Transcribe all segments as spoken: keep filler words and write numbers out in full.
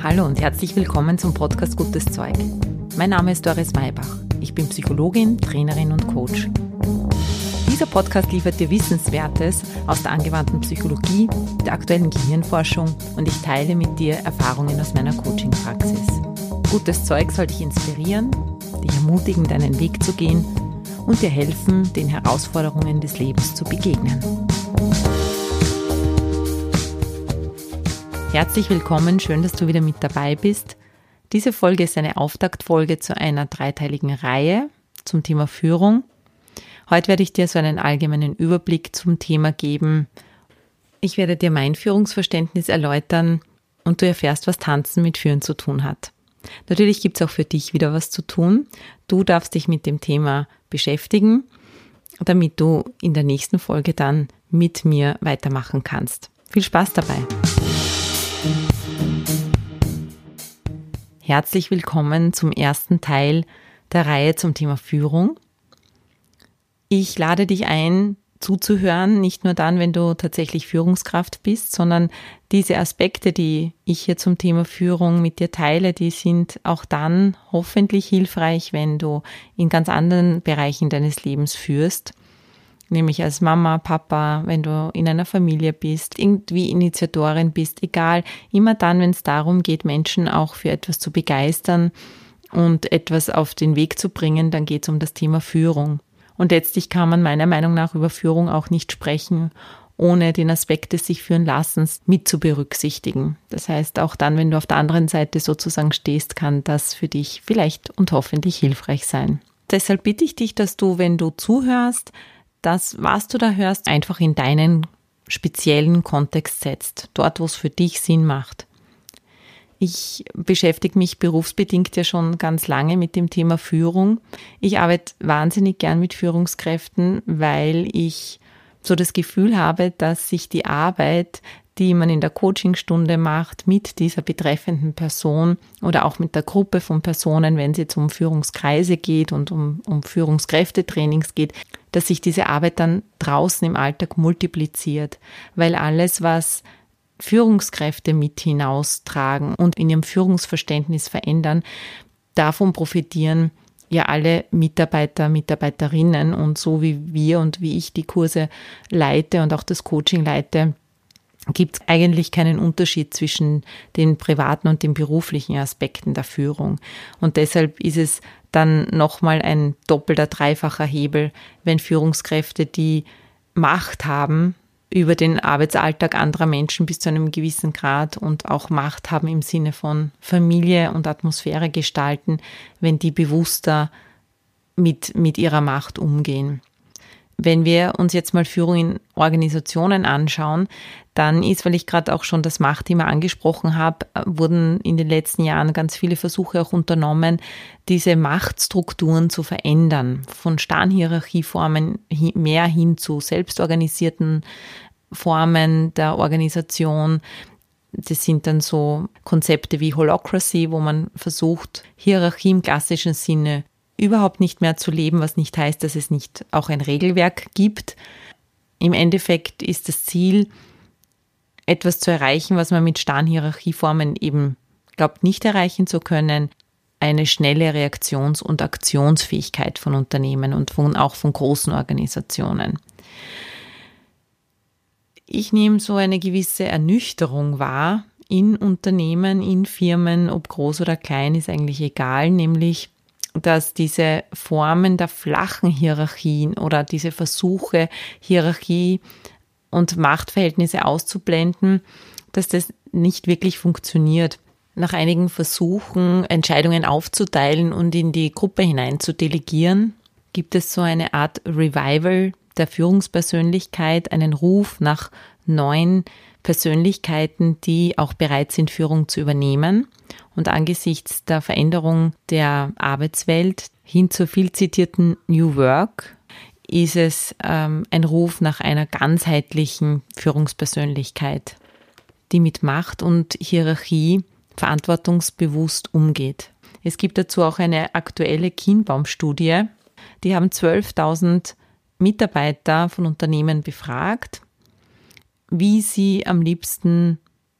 Hallo und herzlich willkommen zum Podcast Gutes Zeug. Mein Name ist Doris Maybach. Ich bin Psychologin, Trainerin und Coach. Dieser Podcast liefert dir Wissenswertes aus der angewandten Psychologie, der aktuellen Gehirnforschung und ich teile mit dir Erfahrungen aus meiner Coaching-Praxis. Gutes Zeug soll dich inspirieren, dich ermutigen, deinen Weg zu gehen und dir helfen, den Herausforderungen des Lebens zu begegnen. Herzlich willkommen, schön, dass du wieder mit dabei bist. Diese Folge ist eine Auftaktfolge zu einer dreiteiligen Reihe zum Thema Führung. Heute werde ich dir so einen allgemeinen Überblick zum Thema geben. Ich werde dir mein Führungsverständnis erläutern und du erfährst, was Tanzen mit Führen zu tun hat. Natürlich gibt es auch für dich wieder was zu tun. Du darfst dich mit dem Thema beschäftigen, damit du in der nächsten Folge dann mit mir weitermachen kannst. Viel Spaß dabei! Herzlich willkommen zum ersten Teil der Reihe zum Thema Führung. Ich lade dich ein, zuzuhören, nicht nur dann, wenn du tatsächlich Führungskraft bist, sondern diese Aspekte, die ich hier zum Thema Führung mit dir teile, die sind auch dann hoffentlich hilfreich, wenn du in ganz anderen Bereichen deines Lebens führst. Nämlich als Mama, Papa, wenn du in einer Familie bist, irgendwie Initiatorin bist, egal, immer dann, wenn es darum geht, Menschen auch für etwas zu begeistern und etwas auf den Weg zu bringen, dann geht es um das Thema Führung. Und letztlich kann man meiner Meinung nach über Führung auch nicht sprechen, ohne den Aspekt des sich führen Lassens mit zu berücksichtigen. Das heißt, auch dann, wenn du auf der anderen Seite sozusagen stehst, kann das für dich vielleicht und hoffentlich hilfreich sein. Deshalb bitte ich dich, dass du, wenn du zuhörst, das, was du da hörst, einfach in deinen speziellen Kontext setzt, dort, wo es für dich Sinn macht. Ich beschäftige mich berufsbedingt ja schon ganz lange mit dem Thema Führung. Ich arbeite wahnsinnig gern mit Führungskräften, weil ich so das Gefühl habe, dass sich die Arbeit, die man in der Coachingstunde macht, mit dieser betreffenden Person oder auch mit der Gruppe von Personen, wenn es jetzt um Führungskreise geht und um, um Führungskräftetrainings geht, dass sich diese Arbeit dann draußen im Alltag multipliziert, weil alles, was Führungskräfte mit hinaustragen und in ihrem Führungsverständnis verändern, davon profitieren ja alle Mitarbeiter, Mitarbeiterinnen und so wie wir und wie ich die Kurse leite und auch das Coaching leite, gibt es eigentlich keinen Unterschied zwischen den privaten und den beruflichen Aspekten der Führung. Und deshalb ist es dann nochmal ein doppelter, dreifacher Hebel, wenn Führungskräfte die Macht haben über den Arbeitsalltag anderer Menschen bis zu einem gewissen Grad und auch Macht haben im Sinne von Familie und Atmosphäre gestalten, wenn die bewusster mit, mit ihrer Macht umgehen. Wenn wir uns jetzt mal Führung in Organisationen anschauen, dann ist, weil ich gerade auch schon das Machtthema angesprochen habe, wurden in den letzten Jahren ganz viele Versuche auch unternommen, diese Machtstrukturen zu verändern. Von starren Hierarchieformen mehr hin zu selbstorganisierten Formen der Organisation. Das sind dann so Konzepte wie Holacracy, wo man versucht, Hierarchie im klassischen Sinne überhaupt nicht mehr zu leben, was nicht heißt, dass es nicht auch ein Regelwerk gibt. Im Endeffekt ist das Ziel, etwas zu erreichen, was man mit starren Hierarchieformen eben glaubt nicht erreichen zu können, eine schnelle Reaktions- und Aktionsfähigkeit von Unternehmen und von, auch von großen Organisationen. Ich nehme so eine gewisse Ernüchterung wahr in Unternehmen, in Firmen, ob groß oder klein, ist eigentlich egal, nämlich dass diese Formen der flachen Hierarchien oder diese Versuche, Hierarchie und Machtverhältnisse auszublenden, dass das nicht wirklich funktioniert. Nach einigen Versuchen, Entscheidungen aufzuteilen und in die Gruppe hinein zu delegieren, gibt es so eine Art Revival der Führungspersönlichkeit, einen Ruf nach neuen Persönlichkeiten, die auch bereit sind, Führung zu übernehmen. Und angesichts der Veränderung der Arbeitswelt hin zur viel zitierten New Work ist es ähm, ein Ruf nach einer ganzheitlichen Führungspersönlichkeit, die mit Macht und Hierarchie verantwortungsbewusst umgeht. Es gibt dazu auch eine aktuelle Kienbaum-Studie. Die haben zwölftausend Mitarbeiter von Unternehmen befragt, wie sie am liebsten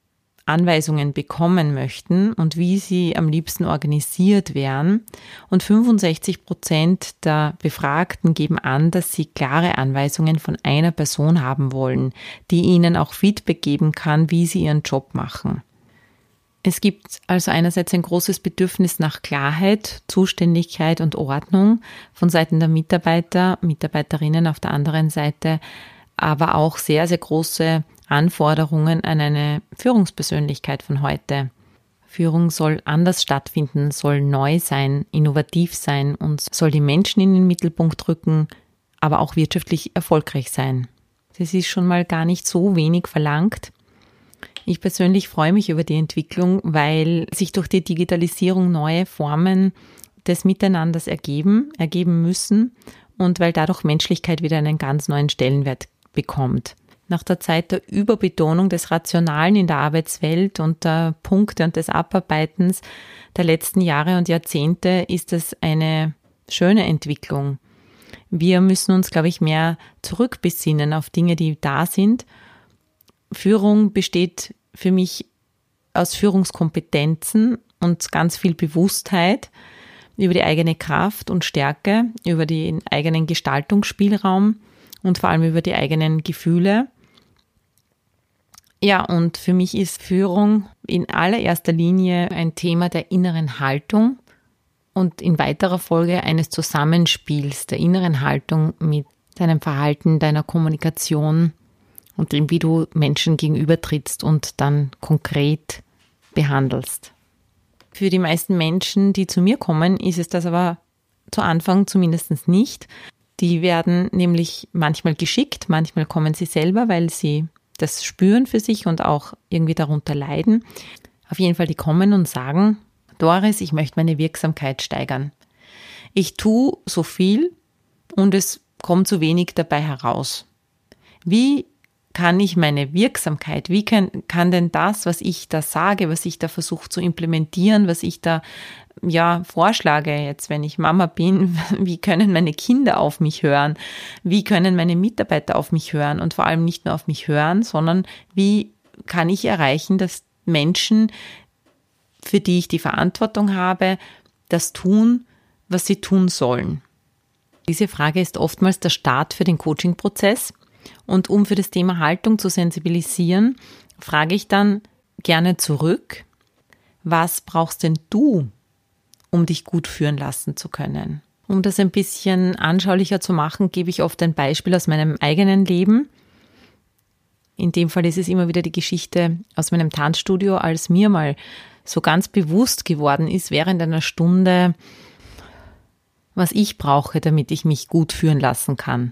Anweisungen bekommen möchten und wie sie am liebsten organisiert wären. Und fünfundsechzig Prozent der Befragten geben an, dass sie klare Anweisungen von einer Person haben wollen, die ihnen auch Feedback geben kann, wie sie ihren Job machen. Es gibt also einerseits ein großes Bedürfnis nach Klarheit, Zuständigkeit und Ordnung von Seiten der Mitarbeiter, Mitarbeiterinnen auf der anderen Seite, aber auch sehr, sehr große Anforderungen an eine Führungspersönlichkeit von heute. Führung soll anders stattfinden, soll neu sein, innovativ sein und soll die Menschen in den Mittelpunkt rücken, aber auch wirtschaftlich erfolgreich sein. Das ist schon mal gar nicht so wenig verlangt. Ich persönlich freue mich über die Entwicklung, weil sich durch die Digitalisierung neue Formen des Miteinanders ergeben, ergeben müssen und weil dadurch Menschlichkeit wieder einen ganz neuen Stellenwert bekommt. Nach der Zeit der Überbetonung des Rationalen in der Arbeitswelt und der Punkte und des Abarbeitens der letzten Jahre und Jahrzehnte ist es eine schöne Entwicklung. Wir müssen uns, glaube ich, mehr zurückbesinnen auf Dinge, die da sind. Führung besteht für mich aus Führungskompetenzen und ganz viel Bewusstheit über die eigene Kraft und Stärke, über den eigenen Gestaltungsspielraum und vor allem über die eigenen Gefühle. Ja, und für mich ist Führung in allererster Linie ein Thema der inneren Haltung und in weiterer Folge eines Zusammenspiels der inneren Haltung mit deinem Verhalten, deiner Kommunikation und dem, wie du Menschen gegenübertrittst und dann konkret behandelst. Für die meisten Menschen, die zu mir kommen, ist es das aber zu Anfang zumindest nicht. Die werden nämlich manchmal geschickt, manchmal kommen sie selber, weil sie das spüren für sich und auch irgendwie darunter leiden. Auf jeden Fall, die kommen und sagen, Doris, ich möchte meine Wirksamkeit steigern. Ich tue so viel und es kommt so wenig dabei heraus. Wie kann ich meine Wirksamkeit, wie kann, kann denn das, was ich da sage, was ich da versuche zu implementieren, was ich da ja vorschlage jetzt, wenn ich Mama bin, wie können meine Kinder auf mich hören, wie können meine Mitarbeiter auf mich hören und vor allem nicht nur auf mich hören, sondern wie kann ich erreichen, dass Menschen, für die ich die Verantwortung habe, das tun, was sie tun sollen. Diese Frage ist oftmals der Start für den Coaching-Prozess. Und um für das Thema Haltung zu sensibilisieren, frage ich dann gerne zurück, was brauchst denn du, um dich gut führen lassen zu können? Um das ein bisschen anschaulicher zu machen, gebe ich oft ein Beispiel aus meinem eigenen Leben. In dem Fall ist es immer wieder die Geschichte aus meinem Tanzstudio, als mir mal so ganz bewusst geworden ist während einer Stunde, was ich brauche, damit ich mich gut führen lassen kann.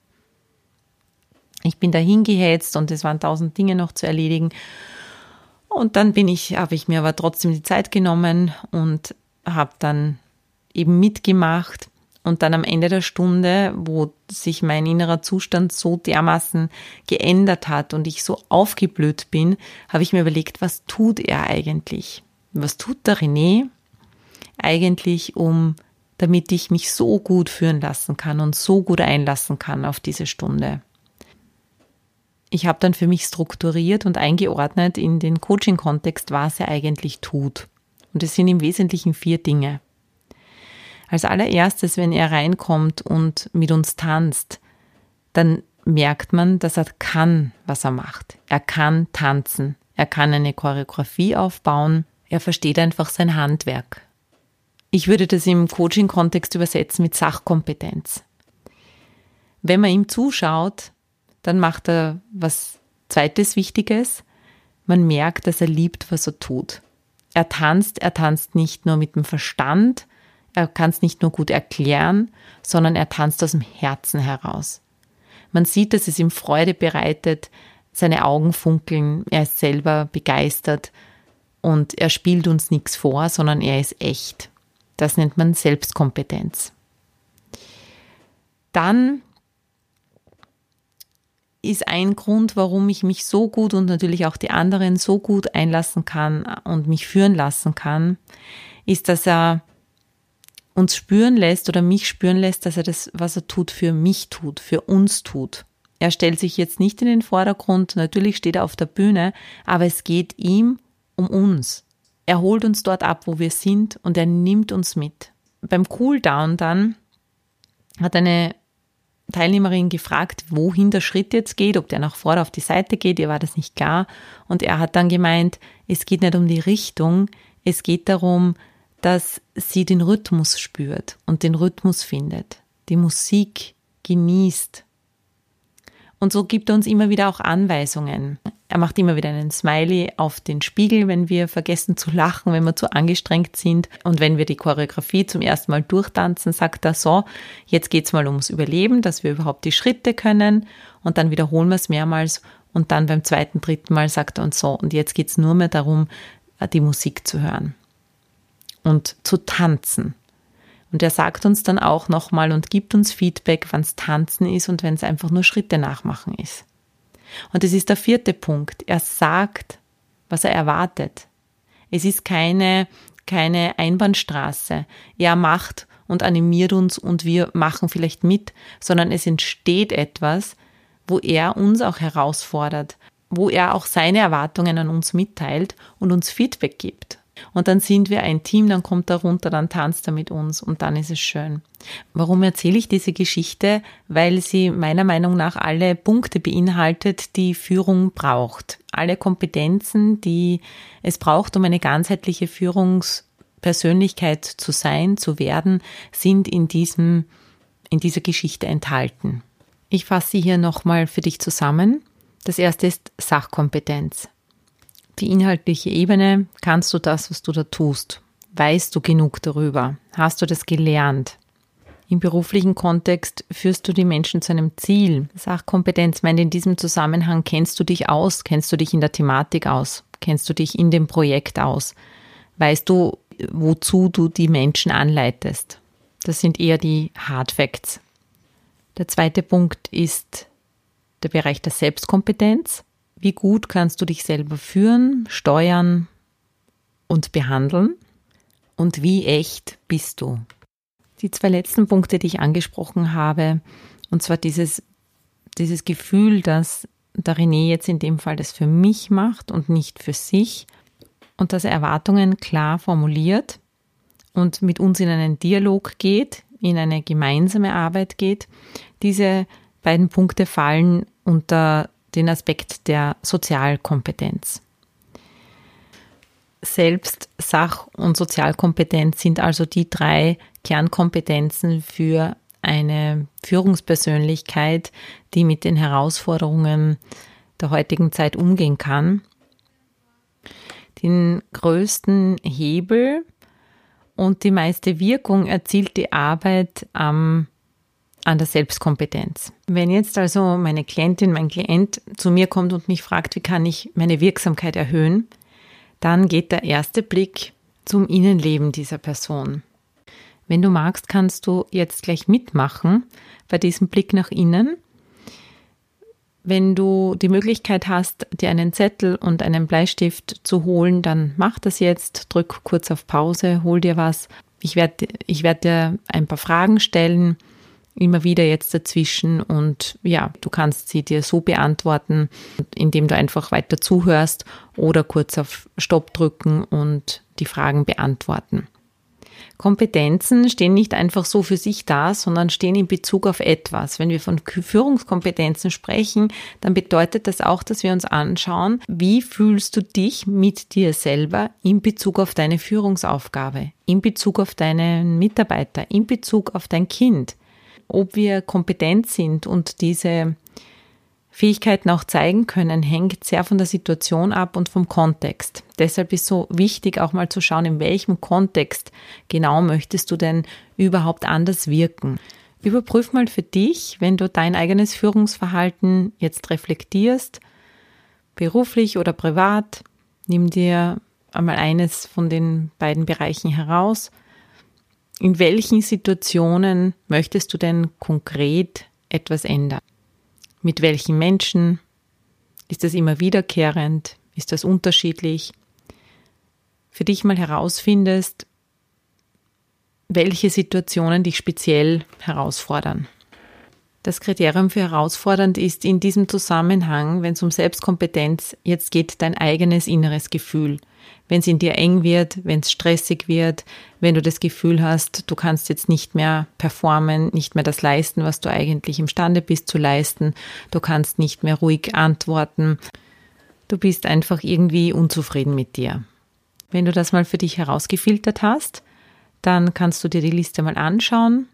Ich bin da hingehetzt und es waren tausend Dinge noch zu erledigen. Und dann bin ich, habe ich mir aber trotzdem die Zeit genommen und habe dann eben mitgemacht. Und dann am Ende der Stunde, wo sich mein innerer Zustand so dermaßen geändert hat und ich so aufgeblüht bin, habe ich mir überlegt, was tut er eigentlich? Was tut der René eigentlich, um, damit ich mich so gut führen lassen kann und so gut einlassen kann auf diese Stunde? Ich habe dann für mich strukturiert und eingeordnet in den Coaching-Kontext, was er eigentlich tut. Und es sind im Wesentlichen vier Dinge. Als allererstes, wenn er reinkommt und mit uns tanzt, dann merkt man, dass er kann, was er macht. Er kann tanzen, er kann eine Choreografie aufbauen, er versteht einfach sein Handwerk. Ich würde das im Coaching-Kontext übersetzen mit Sachkompetenz. Wenn man ihm zuschaut, dann macht er was Zweites Wichtiges. Man merkt, dass er liebt, was er tut. Er tanzt, er tanzt nicht nur mit dem Verstand, er kann es nicht nur gut erklären, sondern er tanzt aus dem Herzen heraus. Man sieht, dass es ihm Freude bereitet, seine Augen funkeln, er ist selber begeistert und er spielt uns nichts vor, sondern er ist echt. Das nennt man Selbstkompetenz. Dann ist ein Grund, warum ich mich so gut und natürlich auch die anderen so gut einlassen kann und mich führen lassen kann, ist, dass er uns spüren lässt oder mich spüren lässt, dass er das, was er tut, für mich tut, für uns tut. Er stellt sich jetzt nicht in den Vordergrund, natürlich steht er auf der Bühne, aber es geht ihm um uns. Er holt uns dort ab, wo wir sind und er nimmt uns mit. Beim Cooldown dann hat eine Teilnehmerin gefragt, wohin der Schritt jetzt geht, ob der nach vorne auf die Seite geht, ihr war das nicht klar. Und er hat dann gemeint, es geht nicht um die Richtung, es geht darum, dass sie den Rhythmus spürt und den Rhythmus findet, die Musik genießt. Und so gibt er uns immer wieder auch Anweisungen. Er macht immer wieder einen Smiley auf den Spiegel, wenn wir vergessen zu lachen, wenn wir zu angestrengt sind. Und wenn wir die Choreografie zum ersten Mal durchtanzen, sagt er so, jetzt geht's mal ums Überleben, dass wir überhaupt die Schritte können. Und dann wiederholen wir es mehrmals. Und dann beim zweiten, dritten Mal sagt er uns so, und jetzt geht's nur mehr darum, die Musik zu hören und zu tanzen. Und er sagt uns dann auch nochmal und gibt uns Feedback, wann es Tanzen ist und wenn es einfach nur Schritte nachmachen ist. Und das ist der vierte Punkt. Er sagt, was er erwartet. Es ist keine, keine Einbahnstraße. Er macht und animiert uns und wir machen vielleicht mit, sondern es entsteht etwas, wo er uns auch herausfordert, wo er auch seine Erwartungen an uns mitteilt und uns Feedback gibt. Und dann sind wir ein Team, dann kommt er runter, dann tanzt er mit uns und dann ist es schön. Warum erzähle ich diese Geschichte? Weil sie meiner Meinung nach alle Punkte beinhaltet, die Führung braucht. Alle Kompetenzen, die es braucht, um eine ganzheitliche Führungspersönlichkeit zu sein, zu werden, sind in diesem, in dieser Geschichte enthalten. Ich fasse sie hier nochmal für dich zusammen. Das erste ist Sachkompetenz. Die inhaltliche Ebene, kannst du das, was du da tust? Weißt du genug darüber? Hast du das gelernt? Im beruflichen Kontext führst du die Menschen zu einem Ziel. Sachkompetenz meint in diesem Zusammenhang, kennst du dich aus? Kennst du dich in der Thematik aus? Kennst du dich in dem Projekt aus? Weißt du, wozu du die Menschen anleitest? Das sind eher die Hard Facts. Der zweite Punkt ist der Bereich der Selbstkompetenz. Wie gut kannst du dich selber führen, steuern und behandeln? Und wie echt bist du? Die zwei letzten Punkte, die ich angesprochen habe, und zwar dieses, dieses Gefühl, dass der René jetzt in dem Fall das für mich macht und nicht für sich und dass er Erwartungen klar formuliert und mit uns in einen Dialog geht, in eine gemeinsame Arbeit geht. Diese beiden Punkte fallen unter den Aspekt der Sozialkompetenz. Selbst-, Sach- und Sozialkompetenz sind also die drei Kernkompetenzen für eine Führungspersönlichkeit, die mit den Herausforderungen der heutigen Zeit umgehen kann. Den größten Hebel und die meiste Wirkung erzielt die Arbeit am an der Selbstkompetenz. Wenn jetzt also meine Klientin, mein Klient zu mir kommt und mich fragt, wie kann ich meine Wirksamkeit erhöhen, dann geht der erste Blick zum Innenleben dieser Person. Wenn du magst, kannst du jetzt gleich mitmachen bei diesem Blick nach innen. Wenn du die Möglichkeit hast, dir einen Zettel und einen Bleistift zu holen, dann mach das jetzt, drück kurz auf Pause, hol dir was. Ich werde, ich werde dir ein paar Fragen stellen, immer wieder jetzt dazwischen und ja, du kannst sie dir so beantworten, indem du einfach weiter zuhörst oder kurz auf Stopp drücken und die Fragen beantworten. Kompetenzen stehen nicht einfach so für sich da, sondern stehen in Bezug auf etwas. Wenn wir von Führungskompetenzen sprechen, dann bedeutet das auch, dass wir uns anschauen, wie fühlst du dich mit dir selber in Bezug auf deine Führungsaufgabe, in Bezug auf deinen Mitarbeiter, in Bezug auf dein Kind. Ob wir kompetent sind und diese Fähigkeiten auch zeigen können, hängt sehr von der Situation ab und vom Kontext. Deshalb ist so wichtig, auch mal zu schauen, in welchem Kontext genau möchtest du denn überhaupt anders wirken. Überprüf mal für dich, wenn du dein eigenes Führungsverhalten jetzt reflektierst, beruflich oder privat, nimm dir einmal eines von den beiden Bereichen heraus. In welchen Situationen möchtest du denn konkret etwas ändern? Mit welchen Menschen? Ist das immer wiederkehrend? Ist das unterschiedlich? Für dich mal herausfindest, welche Situationen dich speziell herausfordern. Das Kriterium für herausfordernd ist in diesem Zusammenhang, wenn es um Selbstkompetenz jetzt geht, dein eigenes inneres Gefühl. Wenn es in dir eng wird, wenn es stressig wird, wenn du das Gefühl hast, du kannst jetzt nicht mehr performen, nicht mehr das leisten, was du eigentlich imstande bist zu leisten, du kannst nicht mehr ruhig antworten, du bist einfach irgendwie unzufrieden mit dir. Wenn du das mal für dich herausgefiltert hast, dann kannst du dir die Liste mal anschauen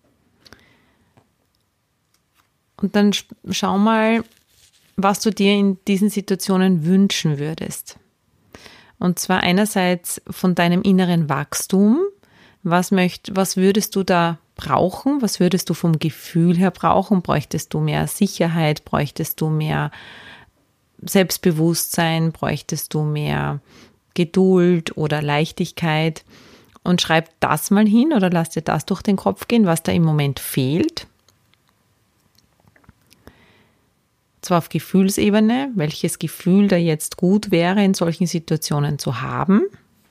und dann schau mal, was du dir in diesen Situationen wünschen würdest. Und zwar einerseits von deinem inneren Wachstum. Was möcht, was würdest du da brauchen? Was würdest du vom Gefühl her brauchen? Bräuchtest du mehr Sicherheit? Bräuchtest du mehr Selbstbewusstsein? Bräuchtest du mehr Geduld oder Leichtigkeit? Und schreib das mal hin oder lass dir das durch den Kopf gehen, was da im Moment fehlt. Zwar auf Gefühlsebene, welches Gefühl da jetzt gut wäre, in solchen Situationen zu haben.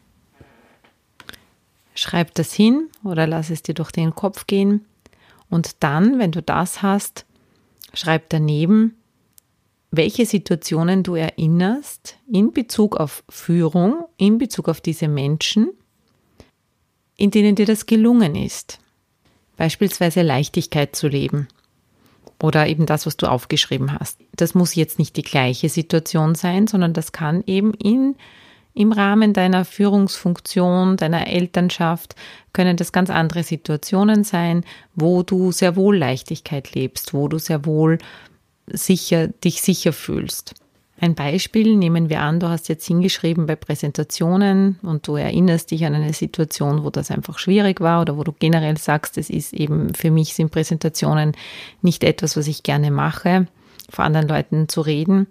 Schreib das hin oder lass es dir durch den Kopf gehen. Und dann, wenn du das hast, schreib daneben, welche Situationen du erinnerst in Bezug auf Führung, in Bezug auf diese Menschen, in denen dir das gelungen ist. Beispielsweise Leichtigkeit zu leben. Oder eben das, was du aufgeschrieben hast. Das muss jetzt nicht die gleiche Situation sein, sondern das kann eben in, im Rahmen deiner Führungsfunktion, deiner Elternschaft, können das ganz andere Situationen sein, wo du sehr wohl Leichtigkeit lebst, wo du sehr wohl sicher, dich sicher fühlst. Ein Beispiel nehmen wir an, du hast jetzt hingeschrieben bei Präsentationen und du erinnerst dich an eine Situation, wo das einfach schwierig war oder wo du generell sagst, es ist eben, für mich sind Präsentationen nicht etwas, was ich gerne mache, vor anderen Leuten zu reden.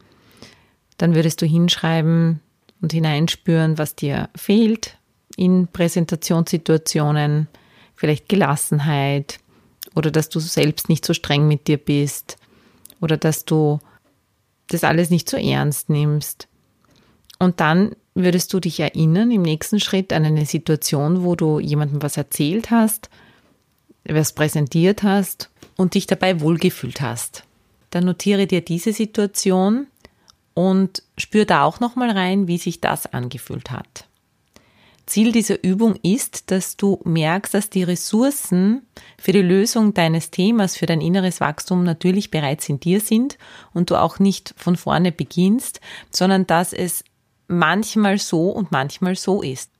Dann würdest du hinschreiben und hineinspüren, was dir fehlt in Präsentationssituationen, vielleicht Gelassenheit oder dass du selbst nicht so streng mit dir bist oder dass du das alles nicht so ernst nimmst. Und dann würdest du dich erinnern im nächsten Schritt an eine Situation, wo du jemandem was erzählt hast, was präsentiert hast und dich dabei wohlgefühlt hast. Dann notiere dir diese Situation und spür da auch nochmal rein, wie sich das angefühlt hat. Ziel dieser Übung ist, dass du merkst, dass die Ressourcen für die Lösung deines Themas, für dein inneres Wachstum natürlich bereits in dir sind und du auch nicht von vorne beginnst, sondern dass es manchmal so und manchmal so ist.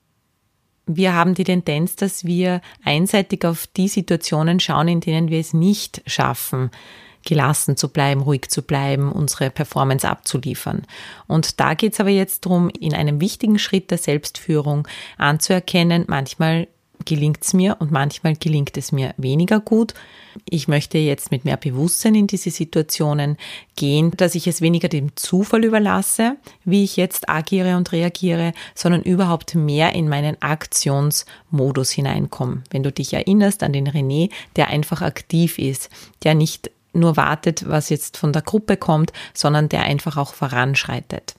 Wir haben die Tendenz, dass wir einseitig auf die Situationen schauen, in denen wir es nicht schaffen, gelassen zu bleiben, ruhig zu bleiben, unsere Performance abzuliefern. Und da geht es aber jetzt darum, in einem wichtigen Schritt der Selbstführung anzuerkennen, manchmal gelingt es mir und manchmal gelingt es mir weniger gut. Ich möchte jetzt mit mehr Bewusstsein in diese Situationen gehen, dass ich es weniger dem Zufall überlasse, wie ich jetzt agiere und reagiere, sondern überhaupt mehr in meinen Aktionsmodus hineinkomme. Wenn du dich erinnerst an den René, der einfach aktiv ist, der nicht nur wartet, was jetzt von der Gruppe kommt, sondern der einfach auch voranschreitet.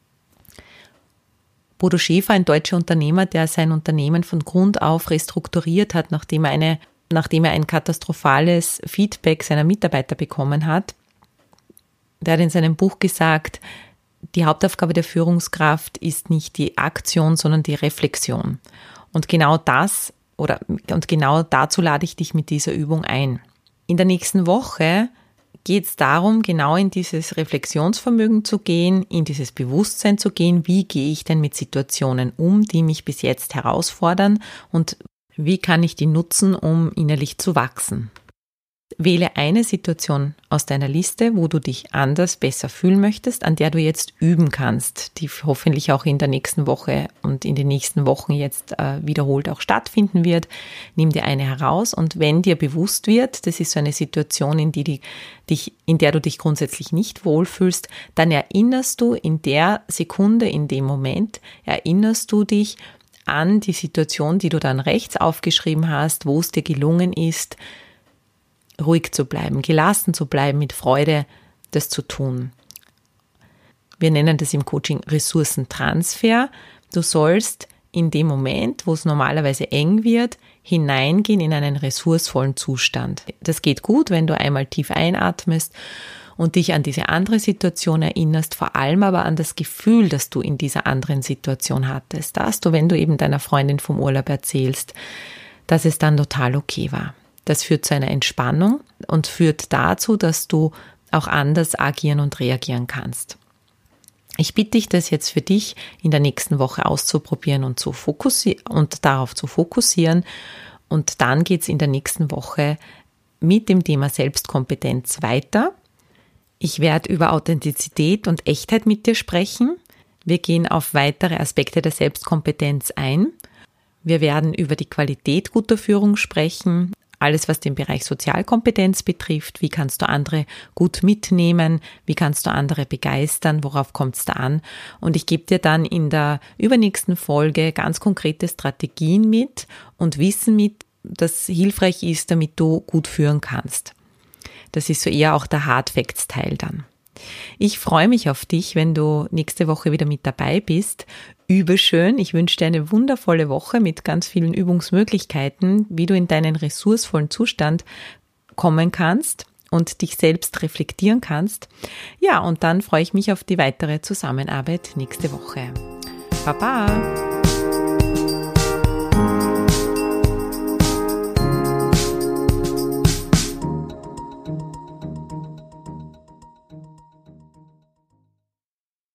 Bodo Schäfer, ein deutscher Unternehmer, der sein Unternehmen von Grund auf restrukturiert hat, nachdem er, eine, nachdem er ein katastrophales Feedback seiner Mitarbeiter bekommen hat, der hat in seinem Buch gesagt, die Hauptaufgabe der Führungskraft ist nicht die Aktion, sondern die Reflexion. Und genau das, oder, und genau dazu lade ich dich mit dieser Übung ein. In der nächsten Woche geht es darum, genau in dieses Reflexionsvermögen zu gehen, in dieses Bewusstsein zu gehen, wie gehe ich denn mit Situationen um, die mich bis jetzt herausfordern und wie kann ich die nutzen, um innerlich zu wachsen. Wähle eine Situation aus deiner Liste, wo du dich anders, besser fühlen möchtest, an der du jetzt üben kannst, die hoffentlich auch in der nächsten Woche und in den nächsten Wochen jetzt äh, wiederholt auch stattfinden wird. Nimm dir eine heraus und wenn dir bewusst wird, das ist so eine Situation, in, die die, dich, in der du dich grundsätzlich nicht wohlfühlst, dann erinnerst du in der Sekunde, in dem Moment, erinnerst du dich an die Situation, die du dann rechts aufgeschrieben hast, wo es dir gelungen ist, ruhig zu bleiben, gelassen zu bleiben, mit Freude das zu tun. Wir nennen das im Coaching Ressourcentransfer. Du sollst in dem Moment, wo es normalerweise eng wird, hineingehen in einen ressourcevollen Zustand. Das geht gut, wenn du einmal tief einatmest und dich an diese andere Situation erinnerst, vor allem aber an das Gefühl, das du in dieser anderen Situation hattest, dass du, wenn du eben deiner Freundin vom Urlaub erzählst, dass es dann total okay war. Das führt zu einer Entspannung und führt dazu, dass du auch anders agieren und reagieren kannst. Ich bitte dich, das jetzt für dich in der nächsten Woche auszuprobieren und, zu fokussi- und darauf zu fokussieren. Und dann geht es in der nächsten Woche mit dem Thema Selbstkompetenz weiter. Ich werde über Authentizität und Echtheit mit dir sprechen. Wir gehen auf weitere Aspekte der Selbstkompetenz ein. Wir werden über die Qualität guter Führung sprechen. Alles, was den Bereich Sozialkompetenz betrifft, wie kannst du andere gut mitnehmen, wie kannst du andere begeistern, worauf kommt es da an? Und ich gebe dir dann in der übernächsten Folge ganz konkrete Strategien mit und Wissen mit, das hilfreich ist, damit du gut führen kannst. Das ist so eher auch der Hard Facts Teil dann. Ich freue mich auf dich, wenn du nächste Woche wieder mit dabei bist. Übe schön. Ich wünsche dir eine wundervolle Woche mit ganz vielen Übungsmöglichkeiten, wie du in deinen ressourcevollen Zustand kommen kannst und dich selbst reflektieren kannst. Ja, und dann freue ich mich auf die weitere Zusammenarbeit nächste Woche. Baba!